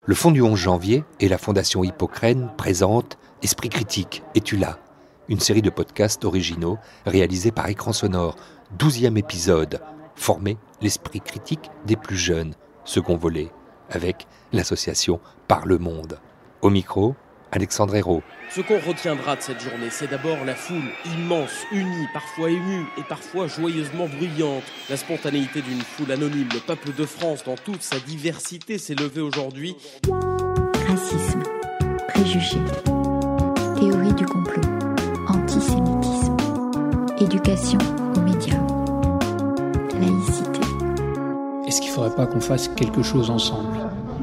Le Fonds du 11 janvier et la Fondation Hippocrène présentent Esprit critique, es-tu là ? Une série de podcasts originaux réalisés par Écran Sonore. 12e épisode. Former l'esprit critique des plus jeunes. Second volet. Avec l'association Par le Monde. Au micro, Alexandre Hérault. Ce qu'on retiendra de cette journée, c'est d'abord la foule immense, unie, parfois émue et parfois joyeusement bruyante. La spontanéité d'une foule anonyme, le peuple de France dans toute sa diversité s'est levé aujourd'hui. Racisme, préjugés, théorie du complot, antisémitisme, éducation aux médias, laïcité. Est-ce qu'il ne faudrait pas qu'on fasse quelque chose ensemble ?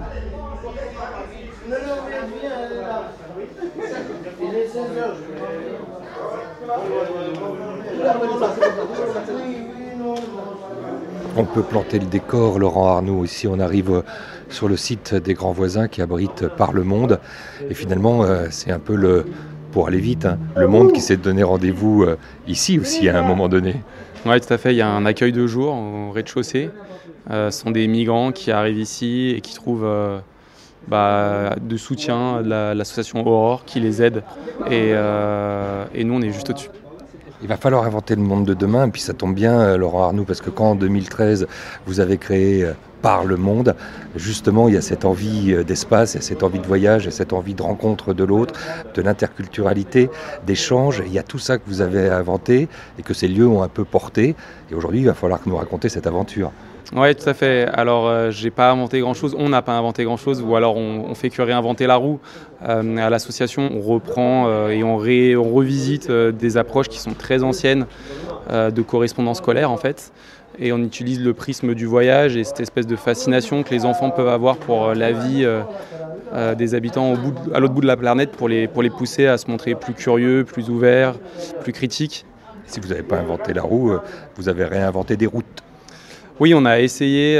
On peut planter le décor, Laurent Arnaud. Ici, on arrive sur le site des Grands Voisins qui abrite Par le Monde. Et finalement, c'est un peu pour aller vite, le monde qui s'est donné rendez-vous ici aussi à un moment donné. Oui, tout à fait. Il y a un accueil de jour au rez-de-chaussée. Ce sont des migrants qui arrivent ici et qui trouvent de soutien de l'association Aurore qui les aide. Et nous, on est juste au-dessus. Il va falloir inventer le monde de demain, et puis ça tombe bien, Laurent Arnaud, parce que quand en 2013, vous avez créé Par le Monde, justement, il y a cette envie d'espace, il y a cette envie de voyage, il y a cette envie de rencontre de l'autre, de l'interculturalité, d'échange. Il y a tout ça que vous avez inventé et que ces lieux ont un peu porté. Et aujourd'hui, il va falloir nous raconter cette aventure. Oui, tout à fait. Alors, j'ai pas inventé grand-chose, on n'a pas inventé grand-chose, ou alors on fait que réinventer la roue. À l'association, on reprend et on revisite des approches qui sont très anciennes de correspondance scolaire, en fait. Et on utilise le prisme du voyage et cette espèce de fascination que les enfants peuvent avoir pour la vie des habitants à l'autre bout de la planète pour les pousser à se montrer plus curieux, plus ouverts, plus critiques. Si vous n'avez pas inventé la roue, vous avez réinventé des routes. Oui, on a essayé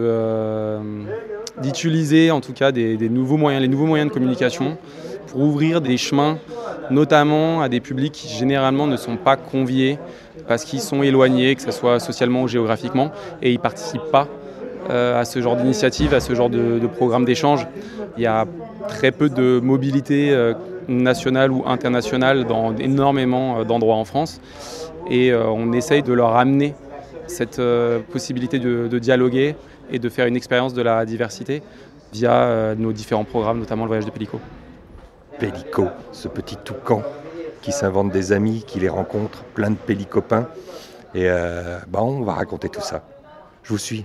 d'utiliser en tout cas les nouveaux moyens de communication pour ouvrir des chemins, notamment à des publics qui généralement ne sont pas conviés parce qu'ils sont éloignés, que ce soit socialement ou géographiquement, et ils ne participent pas à ce genre d'initiative, à ce genre de programme d'échange. Il y a très peu de mobilité nationale ou internationale dans énormément d'endroits en France, et on essaye de leur amener cette possibilité de dialoguer et de faire une expérience de la diversité via nos différents programmes, notamment le voyage de Pélico. Pélico, ce petit toucan qui s'invente des amis, qui les rencontre, plein de pélicopains. Et on va raconter tout ça. Je vous suis.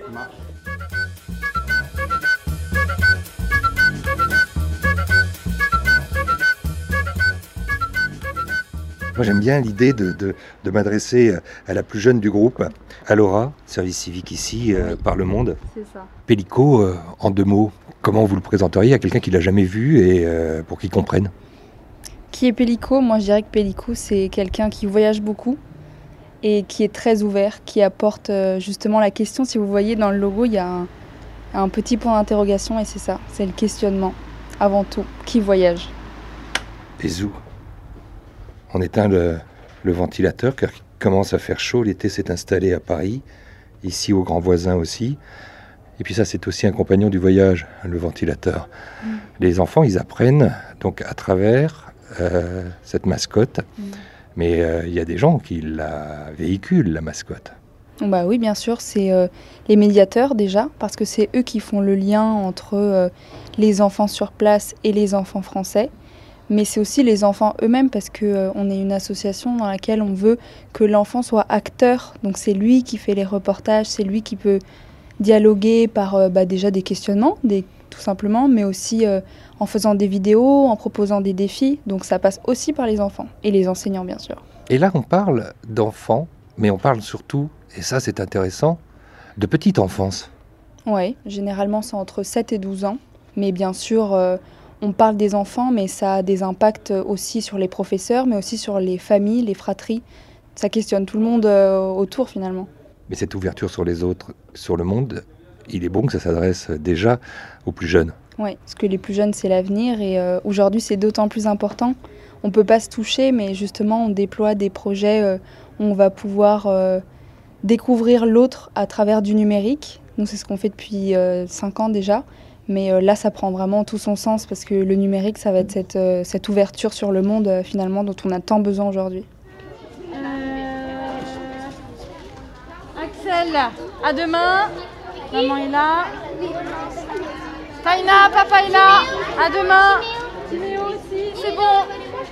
Moi, j'aime bien l'idée de m'adresser à la plus jeune du groupe, à Laura, service civique ici, Par le Monde. C'est ça. Pélico, en 2 mots, comment vous le présenteriez à quelqu'un qui ne l'a jamais vu et pour qu'il comprenne ? Qui est Pélico ? Moi, je dirais que Pélico, c'est quelqu'un qui voyage beaucoup et qui est très ouvert, qui apporte justement la question. Si vous voyez dans le logo, il y a un petit point d'interrogation et c'est ça, c'est le questionnement, avant tout. Qui voyage ? Et zou. On éteint le ventilateur car il commence à faire chaud. L'été s'est installé à Paris, ici aux Grands Voisins aussi. Et puis ça, c'est aussi un compagnon du voyage, le ventilateur. Les enfants, ils apprennent donc à travers cette mascotte. Mais il y a des gens qui la véhiculent, la mascotte. Bah oui, bien sûr, c'est les médiateurs déjà, parce que c'est eux qui font le lien entre les enfants sur place et les enfants français. Mais c'est aussi les enfants eux-mêmes parce qu'on est une association dans laquelle on veut que l'enfant soit acteur. Donc c'est lui qui fait les reportages, c'est lui qui peut dialoguer par déjà des questionnements, tout simplement, mais aussi en faisant des vidéos, en proposant des défis. Donc ça passe aussi par les enfants et les enseignants, bien sûr. Et là, on parle d'enfants, mais on parle surtout, et ça c'est intéressant, de petite enfance. Oui, généralement c'est entre 7 et 12 ans. Mais bien sûr... on parle des enfants, mais ça a des impacts aussi sur les professeurs, mais aussi sur les familles, les fratries. Ça questionne tout le monde autour, finalement. Mais cette ouverture sur les autres, sur le monde, il est bon que ça s'adresse déjà aux plus jeunes. Oui, parce que les plus jeunes, c'est l'avenir. Et aujourd'hui, c'est d'autant plus important. On ne peut pas se toucher, mais justement, on déploie des projets où on va pouvoir découvrir l'autre à travers du numérique. Nous, c'est ce qu'on fait depuis 5 ans déjà. Mais là, ça prend vraiment tout son sens parce que le numérique, ça va être cette ouverture sur le monde finalement dont on a tant besoin aujourd'hui. Axel, à demain. Maman est là. Taïna, papa est là. À demain. Timéo aussi, c'est bon.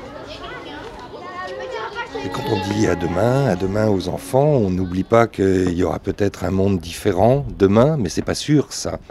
Et quand on dit à demain aux enfants, on n'oublie pas qu'il y aura peut-être un monde différent demain, mais c'est pas sûr ça.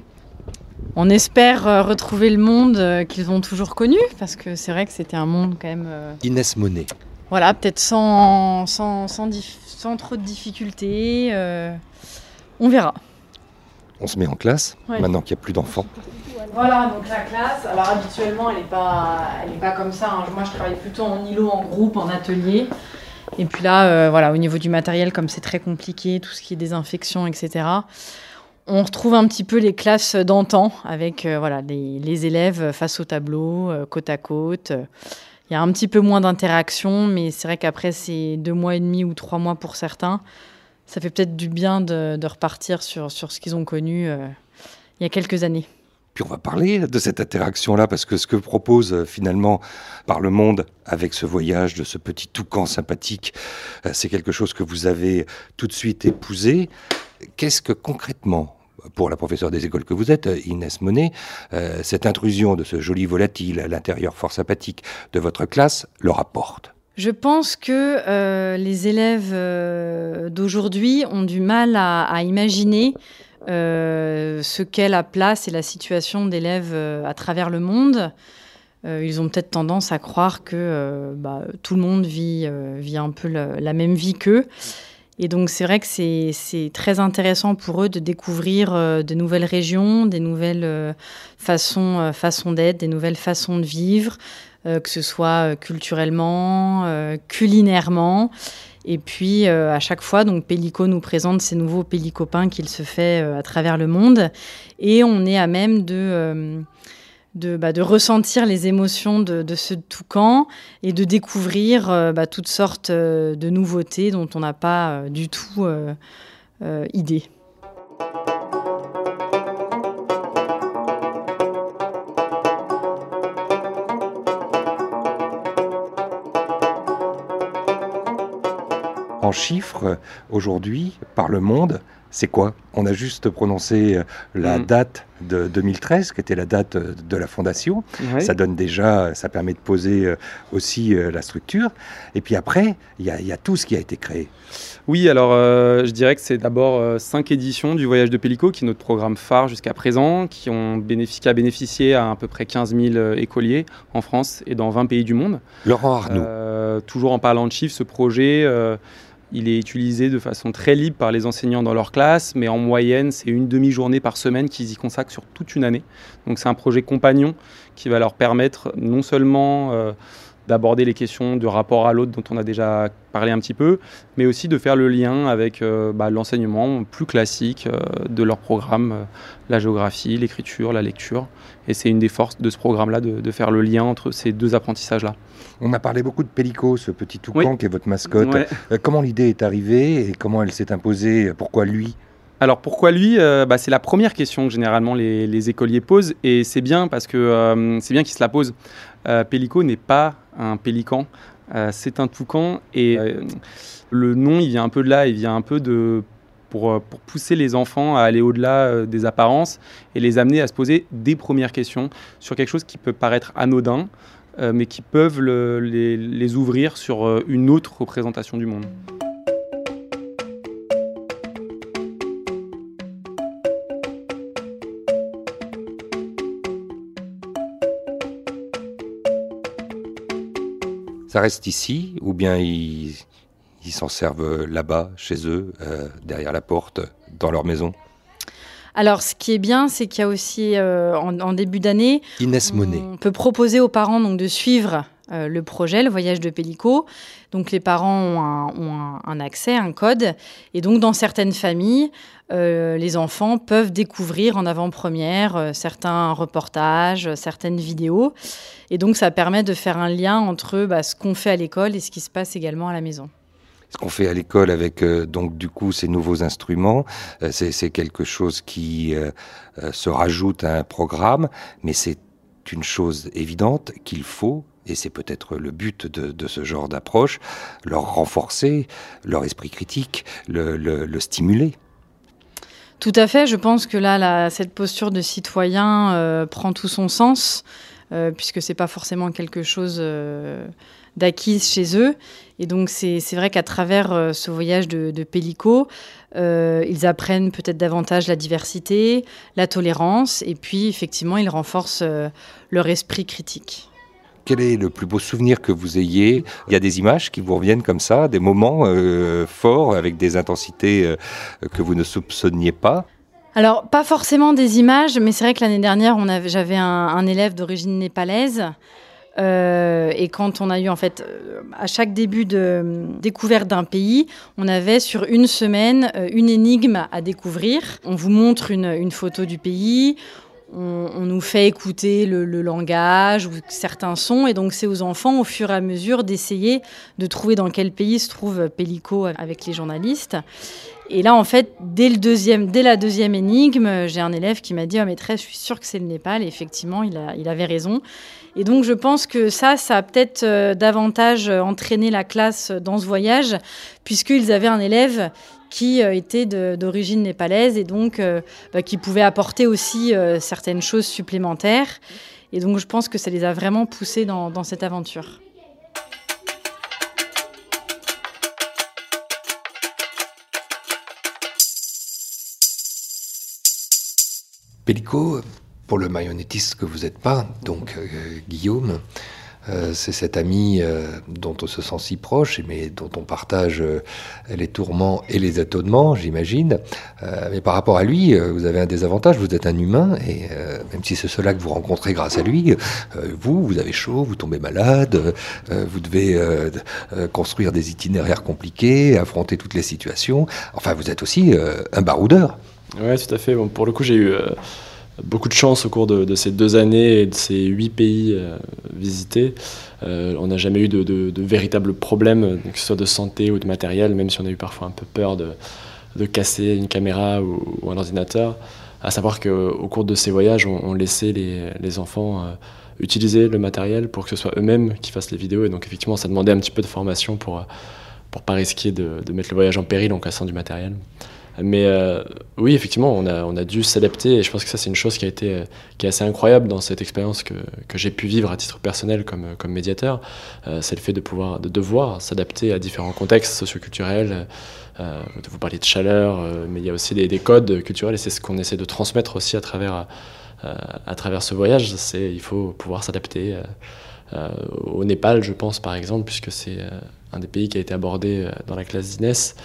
On espère retrouver le monde qu'ils ont toujours connu, parce que c'est vrai que c'était un monde quand même... Inès Monet. Voilà, peut-être sans trop de difficultés. On verra. On se met en classe, maintenant qu'il n'y a plus d'enfants. Voilà, donc la classe, alors habituellement elle n'est pas comme ça. Hein. Moi je travaille plutôt en îlot, en groupe, en atelier. Et puis là, voilà, au niveau du matériel, comme c'est très compliqué, tout ce qui est désinfection, etc., on retrouve un petit peu les classes d'antan avec voilà, les élèves face au tableau, côte à côte. Il y a un petit peu moins d'interaction, mais c'est vrai qu'après ces 2 mois et demi ou 3 mois pour certains, ça fait peut-être du bien de repartir sur ce qu'ils ont connu il y a quelques années. Puis on va parler de cette interaction-là, parce que ce que propose finalement Par le Monde avec ce voyage de ce petit toucan sympathique, c'est quelque chose que vous avez tout de suite épousé. Qu'est-ce que concrètement, pour la professeure des écoles que vous êtes, Inès Monet, cette intrusion de ce joli volatile à l'intérieur fort sympathique de votre classe leur apporte ? Je pense que les élèves d'aujourd'hui ont du mal à imaginer ce qu'est la place et la situation d'élèves à travers le monde. Ils ont peut-être tendance à croire que tout le monde vit un peu la même vie qu'eux. Et donc c'est vrai que c'est très intéressant pour eux de découvrir de nouvelles régions, des nouvelles façons d'être, des nouvelles façons de vivre, que ce soit culturellement, culinairement. Et puis, à chaque fois, donc, Pellico nous présente ses nouveaux pellicopains qu'il se fait à travers le monde. Et on est à même de ressentir les émotions de ce toucan et de découvrir toutes sortes de nouveautés dont on n'a pas du tout idée. En chiffres, aujourd'hui, Par le Monde, c'est quoi ? On a juste prononcé la date de 2013, qui était la date de la fondation. Ouais. Ça donne déjà, ça permet de poser aussi la structure. Et puis après, il y a tout ce qui a été créé. Oui, alors je dirais que c'est d'abord 5 éditions du Voyage de Pellico, qui est notre programme phare jusqu'à présent, qui a bénéficié à peu près 15 000 écoliers en France et dans 20 pays du monde. Laurent Arnaud. Toujours en parlant de chiffres, ce projet... il est utilisé de façon très libre par les enseignants dans leur classe, mais en moyenne, c'est une demi-journée par semaine qu'ils y consacrent sur toute une année. Donc c'est un projet compagnon qui va leur permettre non seulement d'aborder les questions de rapport à l'autre dont on a déjà parlé un petit peu, mais aussi de faire le lien avec l'enseignement plus classique de leur programme, la géographie, l'écriture, la lecture. Et c'est une des forces de ce programme-là, de faire le lien entre ces deux apprentissages-là. On a parlé beaucoup de Pellico, ce petit toucan qui est votre mascotte. Ouais. Comment l'idée est arrivée et comment elle s'est imposée ? Pourquoi lui ? Alors pourquoi lui ? C'est la première question que généralement les écoliers posent, et c'est bien parce que c'est bien qu'ils se la posent. Pellico n'est pas un pélican, c'est un toucan, et le nom il vient un peu de là, il vient un peu pour pousser les enfants à aller au-delà des apparences et les amener à se poser des premières questions sur quelque chose qui peut paraître anodin, mais qui peuvent les ouvrir sur une autre représentation du monde. Ça reste ici, ou bien ils s'en servent là-bas, chez eux, derrière la porte, dans leur maison ? Alors, ce qui est bien, c'est qu'il y a aussi, en début d'année, Inès Monet. On peut proposer aux parents donc, de suivre le projet, le voyage de Pellico. Donc, les parents ont un accès, un code. Et donc, dans certaines familles, les enfants peuvent découvrir en avant-première certains reportages, certaines vidéos. Et donc, ça permet de faire un lien entre ce qu'on fait à l'école et ce qui se passe également à la maison. Ce qu'on fait à l'école avec donc du coup ces nouveaux instruments, c'est quelque chose qui se rajoute à un programme, mais c'est une chose évidente qu'il faut, et c'est peut-être le but de ce genre d'approche, leur renforcer leur esprit critique, le stimuler. Tout à fait, je pense que là, cette posture de citoyen prend tout son sens, puisque c'est pas forcément quelque chose d'acquis chez eux. Et donc c'est vrai qu'à travers ce voyage de Pellico, ils apprennent peut-être davantage la diversité, la tolérance, et puis effectivement ils renforcent leur esprit critique. Quel est le plus beau souvenir que vous ayez ? Il y a des images qui vous reviennent comme ça, des moments forts avec des intensités que vous ne soupçonniez pas ? Alors, pas forcément des images, mais c'est vrai que l'année dernière, j'avais un élève d'origine népalaise. Et quand on a eu, en fait, à chaque début de découverte d'un pays, on avait sur une semaine une énigme à découvrir. On vous montre une photo du pays. On nous fait écouter le langage ou certains sons, et donc c'est aux enfants, au fur et à mesure, d'essayer de trouver dans quel pays se trouve Pellico avec les journalistes. Et là, en fait, dès la deuxième énigme, j'ai un élève qui m'a dit « Oh maîtresse, je suis sûre que c'est le Népal », et effectivement, il avait raison. Et donc, je pense que ça a peut-être davantage entraîné la classe dans ce voyage, puisqu'ils avaient un élève qui était d'origine népalaise et donc qui pouvait apporter aussi certaines choses supplémentaires. Et donc, je pense que ça les a vraiment poussés dans cette aventure. Pellico, pour le marionnettiste que vous n'êtes pas, donc Guillaume, c'est cet ami dont on se sent si proche, mais dont on partage les tourments et les étonnements, j'imagine. Mais par rapport à lui, vous avez un désavantage, vous êtes un humain, et même si c'est cela que vous rencontrez grâce à lui, vous avez chaud, vous tombez malade, vous devez construire des itinéraires compliqués, affronter toutes les situations. Enfin, vous êtes aussi un baroudeur. Oui, tout à fait. Bon, pour le coup, j'ai eu beaucoup de chance au cours de ces 2 années et de ces 8 pays visités. On n'a jamais eu de véritables problèmes, que ce soit de santé ou de matériel, même si on a eu parfois un peu peur de casser une caméra ou un ordinateur. À savoir qu'au cours de ces voyages, on laissait les enfants utiliser le matériel pour que ce soit eux-mêmes qui fassent les vidéos. Et donc effectivement, ça demandait un petit peu de formation pour pas risquer de mettre le voyage en péril en cassant du matériel. Mais oui, effectivement, on a dû s'adapter, et je pense que ça, c'est une chose qui est assez incroyable dans cette expérience que j'ai pu vivre à titre personnel comme médiateur. C'est le fait de devoir s'adapter à différents contextes socioculturels. Vous parliez de chaleur, mais il y a aussi des codes culturels, et c'est ce qu'on essaie de transmettre aussi à travers ce voyage. Il faut pouvoir s'adapter. Au Népal, je pense, par exemple, puisque c'est un des pays qui a été abordé dans la classe d'Inès.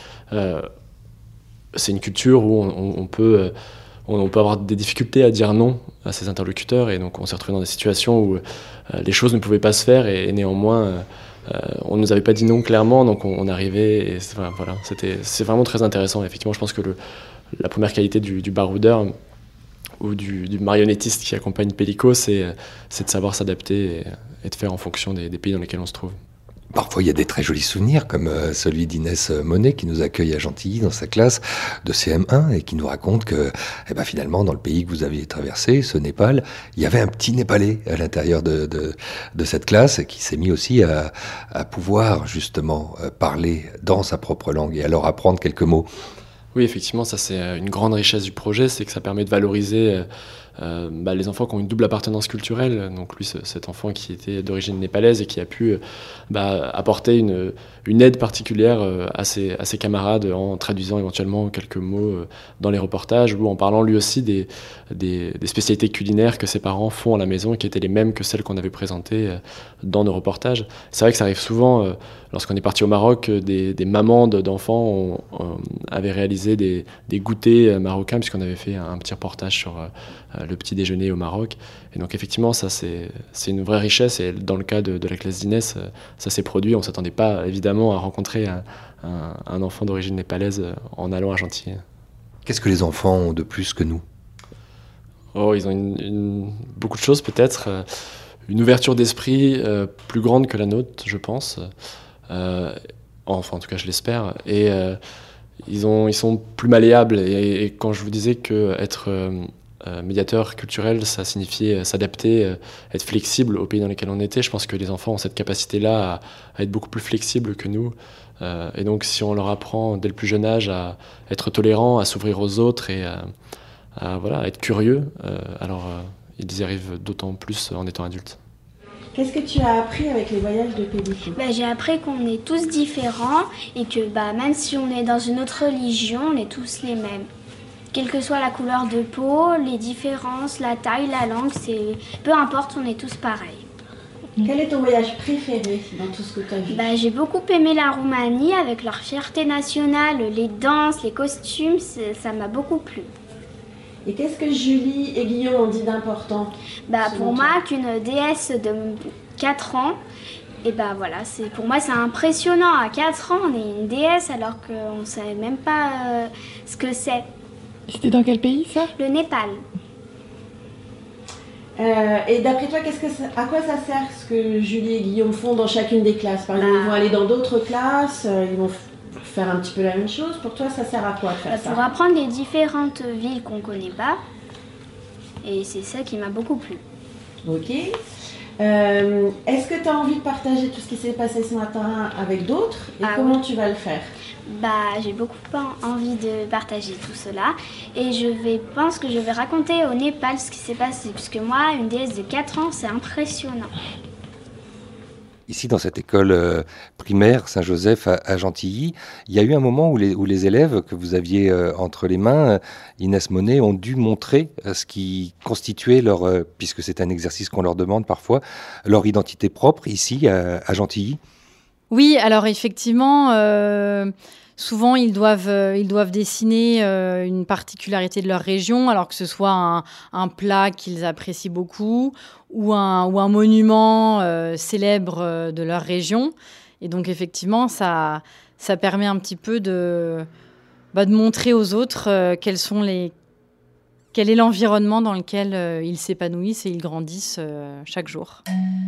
C'est une culture où on peut avoir des difficultés à dire non à ses interlocuteurs, et donc on s'est retrouvé dans des situations où les choses ne pouvaient pas se faire, et néanmoins on ne nous avait pas dit non clairement, donc on arrivait, et voilà, c'est vraiment très intéressant. Effectivement, je pense que la première qualité du baroudeur ou du marionnettiste qui accompagne Pellico, c'est de savoir s'adapter et de faire en fonction des pays dans lesquels on se trouve. Parfois, il y a des très jolis souvenirs, comme celui d'Inès Monet, qui nous accueille à Gentilly dans sa classe de CM1 et qui nous raconte que, finalement, dans le pays que vous aviez traversé, ce Népal, il y avait un petit Népalais à l'intérieur de cette classe, et qui s'est mis aussi à pouvoir, justement, parler dans sa propre langue et alors apprendre quelques mots. Oui, effectivement, ça c'est une grande richesse du projet, c'est que ça permet de valoriser les enfants qui ont une double appartenance culturelle. Donc lui, cet enfant qui était d'origine népalaise et qui a pu apporter une aide particulière à ses camarades en traduisant éventuellement quelques mots dans les reportages, ou en parlant lui aussi des spécialités culinaires que ses parents font à la maison, qui étaient les mêmes que celles qu'on avait présentées dans nos reportages. C'est vrai que ça arrive souvent, lorsqu'on est parti au Maroc, des mamans d'enfants avaient réalisé des goûters marocains, puisqu'on avait fait un petit reportage sur le petit déjeuner au Maroc. Et donc effectivement, ça c'est une vraie richesse, et dans le cas de la classe d'Inès, ça s'est produit. On ne s'attendait pas évidemment à rencontrer un enfant d'origine népalaise en allant à Gentilly. Qu'est-ce que les enfants ont de plus que nous ? Ils ont beaucoup de choses peut-être. Une ouverture d'esprit plus grande que la nôtre, je pense. Enfin, en tout cas, je l'espère. Et ils sont plus malléables. Et quand je vous disais qu'être médiateur culturel, ça signifiait s'adapter, être flexible aux pays dans lesquels on était, je pense que les enfants ont cette capacité-là à être beaucoup plus flexibles que nous. Et donc, si on leur apprend dès le plus jeune âge à être tolérant, à s'ouvrir aux autres et à être curieux, alors ils y arrivent d'autant plus en étant adultes. Qu'est-ce que tu as appris avec les voyages de Pellico ? J'ai appris qu'on est tous différents et que même si on est dans une autre religion, on est tous les mêmes. Quelle que soit la couleur de peau, les différences, la taille, la langue, peu importe, on est tous pareils. Quel est ton voyage préféré dans tout ce que tu as vu ? J'ai beaucoup aimé la Roumanie avec leur fierté nationale, les danses, les costumes, ça m'a beaucoup plu. Et qu'est-ce que Julie et Guillaume ont dit d'important ? Pour moi, qu'une déesse de 4 ans, pour moi c'est impressionnant. À 4 ans, on est une déesse alors qu'on ne savait même pas ce que c'est. C'était dans quel pays ça ? Le Népal. Et d'après toi, à quoi ça sert ce que Julie et Guillaume font dans chacune des classes ? Par exemple, ils vont aller dans d'autres classes, ils vont faire un petit peu la même chose. Pour toi, ça sert à quoi de faire ça ? Pour apprendre les différentes villes qu'on ne connaît pas. Et c'est ça qui m'a beaucoup plu. Ok. Est-ce que tu as envie de partager tout ce qui s'est passé ce matin avec d'autres ? Et comment tu vas le faire ? J'ai beaucoup envie de partager tout cela. Et je pense que je vais raconter au Népal ce qui s'est passé. Puisque moi, une déesse de 4 ans, c'est impressionnant. Ici, dans cette école primaire Saint-Joseph à Gentilly, il y a eu un moment où les élèves que vous aviez entre les mains, Inès Monet, ont dû montrer ce qui constituait puisque c'est un exercice qu'on leur demande parfois, leur identité propre ici à Gentilly. Oui, alors effectivement, souvent ils doivent dessiner une particularité de leur région, alors que ce soit un plat qu'ils apprécient beaucoup ou un monument célèbre de leur région. Et donc effectivement, ça permet un petit peu de montrer aux autres quel est l'environnement dans lequel ils s'épanouissent et ils grandissent chaque jour.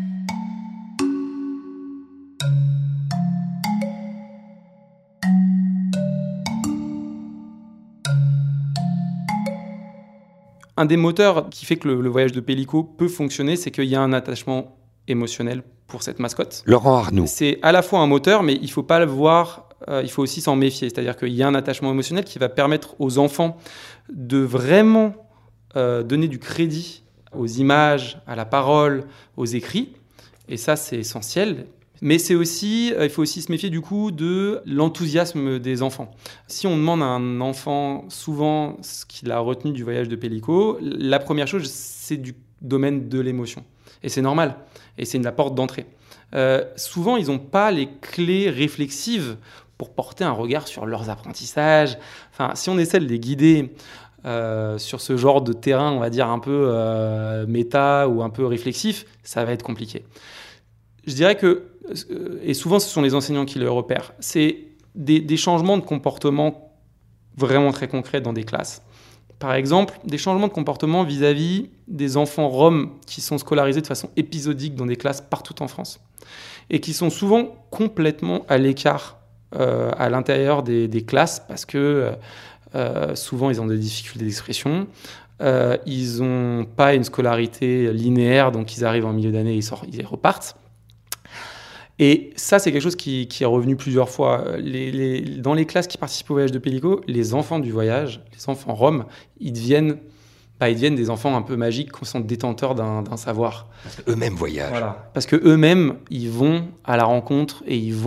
Un des moteurs qui fait que le voyage de Pellico peut fonctionner, c'est qu'il y a un attachement émotionnel pour cette mascotte. Laurent Arnoux. C'est à la fois un moteur, mais il ne faut pas le voir, il faut aussi s'en méfier. C'est-à-dire qu'il y a un attachement émotionnel qui va permettre aux enfants de vraiment donner du crédit aux images, à la parole, aux écrits. Et ça, c'est essentiel. Mais il faut aussi se méfier du coup de l'enthousiasme des enfants. Si on demande à un enfant souvent ce qu'il a retenu du voyage de Pellico, la première chose, c'est du domaine de l'émotion. Et c'est normal. Et c'est la porte d'entrée. Souvent, ils n'ont pas les clés réflexives pour porter un regard sur leurs apprentissages. Enfin, si on essaie de les guider sur ce genre de terrain, on va dire un peu méta ou un peu réflexif, ça va être compliqué. Je dirais que, et souvent ce sont les enseignants qui le repèrent, c'est des changements de comportement vraiment très concrets dans des classes. Par exemple, des changements de comportement vis-à-vis des enfants roms qui sont scolarisés de façon épisodique dans des classes partout en France et qui sont souvent complètement à l'écart à l'intérieur des classes parce que souvent ils ont des difficultés d'expression. Ils n'ont pas une scolarité linéaire, donc ils arrivent en milieu d'année et ils repartent. Et ça, c'est quelque chose qui est revenu plusieurs fois. Dans les classes qui participent au voyage de Pellico, les enfants du voyage, les enfants roms, ils deviennent des enfants un peu magiques, qui sont détenteurs d'un savoir. Parce qu'eux-mêmes voyagent. Voilà. Parce qu'eux-mêmes, ils vont à la rencontre et ils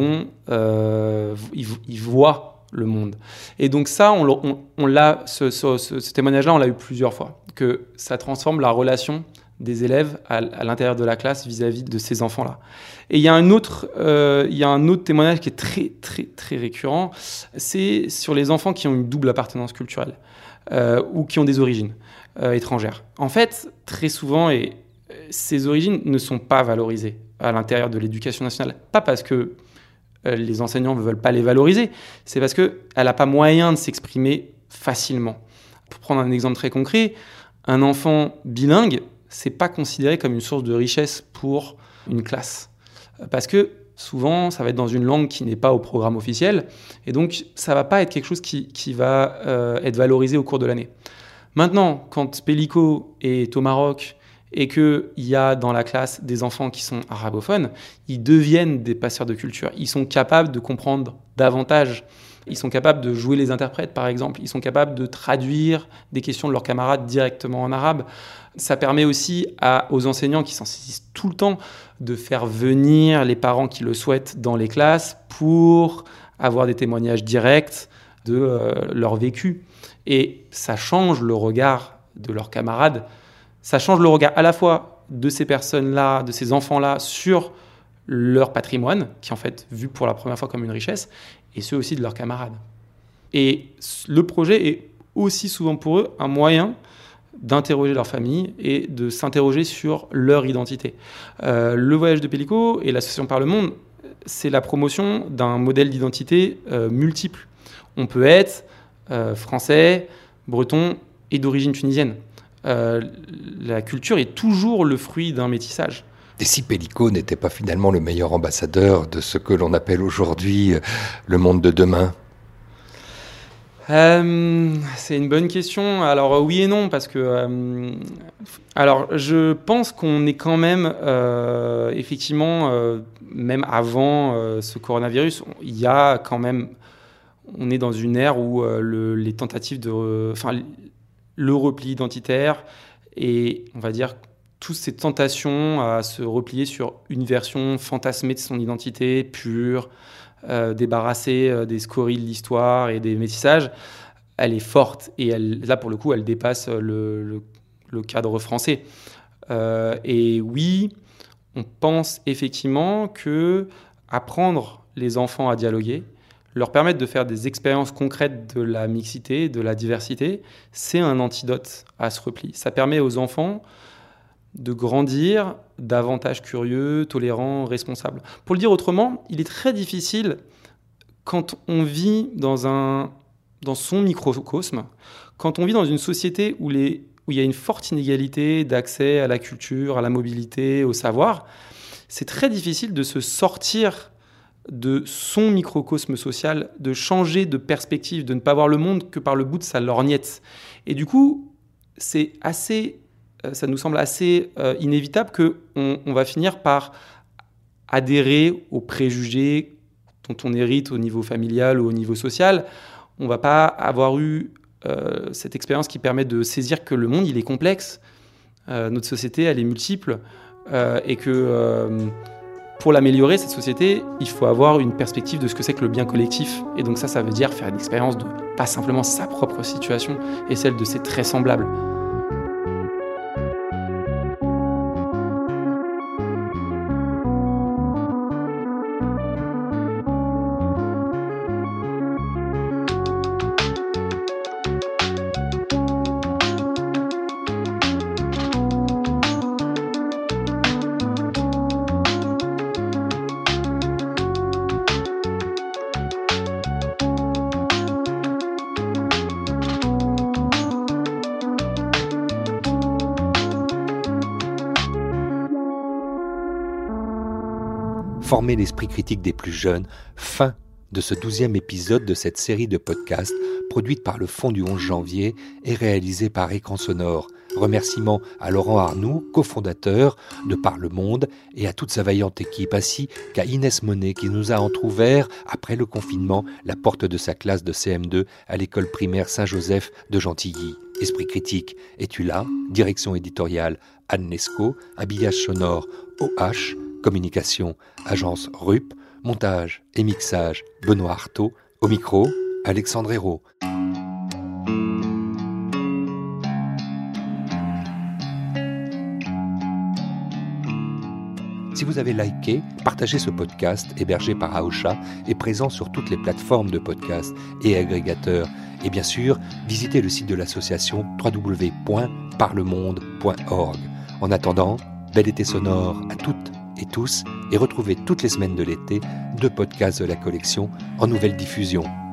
voient le monde. Et donc ça, on l'a, ce témoignage-là, on l'a eu plusieurs fois, que ça transforme la relation des élèves à l'intérieur de la classe vis-à-vis de ces enfants-là. Et il y a un autre témoignage qui est très, très, très récurrent, c'est sur les enfants qui ont une double appartenance culturelle ou qui ont des origines étrangères. En fait, très souvent, ces origines ne sont pas valorisées à l'intérieur de l'éducation nationale. Pas parce que les enseignants ne veulent pas les valoriser, c'est parce qu'elle n'a pas moyen de s'exprimer facilement. Pour prendre un exemple très concret, un enfant bilingue, c'est pas considéré comme une source de richesse pour une classe. Parce que souvent, ça va être dans une langue qui n'est pas au programme officiel. Et donc, ça ne va pas être quelque chose qui va être valorisé au cours de l'année. Maintenant, quand Pellico est au Maroc et qu'il y a dans la classe des enfants qui sont arabophones, ils deviennent des passeurs de culture. Ils sont capables de comprendre davantage. Ils sont capables de jouer les interprètes, par exemple. Ils sont capables de traduire des questions de leurs camarades directement en arabe. Ça permet aussi aux enseignants qui s'en saisissent tout le temps de faire venir les parents qui le souhaitent dans les classes pour avoir des témoignages directs de leur vécu. Et ça change le regard de leurs camarades. Ça change le regard à la fois de ces personnes-là, de ces enfants-là, sur leur patrimoine, qui est en fait vu pour la première fois comme une richesse, et ceux aussi de leurs camarades. Et le projet est aussi souvent pour eux un moyen d'interroger leur famille et de s'interroger sur leur identité. Le voyage de Pellico et l'association Par le Monde, c'est la promotion d'un modèle d'identité multiple. On peut être français, breton et d'origine tunisienne. La culture est toujours le fruit d'un métissage. Et si Pellico n'était pas finalement le meilleur ambassadeur de ce que l'on appelle aujourd'hui le monde de demain ? C'est une bonne question. Alors oui et non, parce que alors je pense qu'on est quand même effectivement même avant ce coronavirus, il y a quand même, on est dans une ère où les tentatives le repli identitaire et on va dire toutes ces tentations à se replier sur une version fantasmée de son identité pure, débarrassée des scories de l'histoire et des métissages, elle est forte. Et là, pour le coup, elle dépasse le cadre français. Et oui, on pense effectivement que apprendre les enfants à dialoguer, leur permettre de faire des expériences concrètes de la mixité, de la diversité, c'est un antidote à ce repli. Ça permet aux enfants de grandir davantage curieux, tolérants, responsables. Pour le dire autrement, il est très difficile quand on vit dans son microcosme, quand on vit dans une société où il y a une forte inégalité d'accès à la culture, à la mobilité, au savoir, c'est très difficile de se sortir de son microcosme social, de changer de perspective, de ne pas voir le monde que par le bout de sa lorgnette. Et du coup, ça nous semble assez inévitable qu'on va finir par adhérer aux préjugés dont on hérite au niveau familial ou au niveau social. On ne va pas avoir eu cette expérience qui permet de saisir que le monde, il est complexe. Notre société, elle est multiple. Et que pour l'améliorer, cette société, il faut avoir une perspective de ce que c'est que le bien collectif. Et donc ça veut dire faire une expérience de pas simplement sa propre situation et celle de ses très semblables. Former l'esprit critique des plus jeunes, fin de ce 12e épisode de cette série de podcasts produite par le Fonds du 11 janvier et réalisée par Écran Sonore. Remerciements à Laurent Arnoux, cofondateur de Par le Monde, et à toute sa vaillante équipe, ainsi qu'à Inès Monet qui nous a entrouvert, après le confinement, la porte de sa classe de CM2 à l'école primaire Saint-Joseph de Gentilly. Esprit critique, es-tu là ? Direction éditoriale Anne Lescaut, habillage sonore OH, communication, agence RUP, montage et mixage, Benoît Artaud, au micro, Alexandre Hérault. Si vous avez liké, partagez ce podcast hébergé par Aosha et présent sur toutes les plateformes de podcasts et agrégateurs. Et bien sûr, visitez le site de l'association www.parlemonde.org. En attendant, bel été sonore à toutes et tous, et retrouvez toutes les semaines de l'été 2 podcasts de la collection en nouvelle diffusion.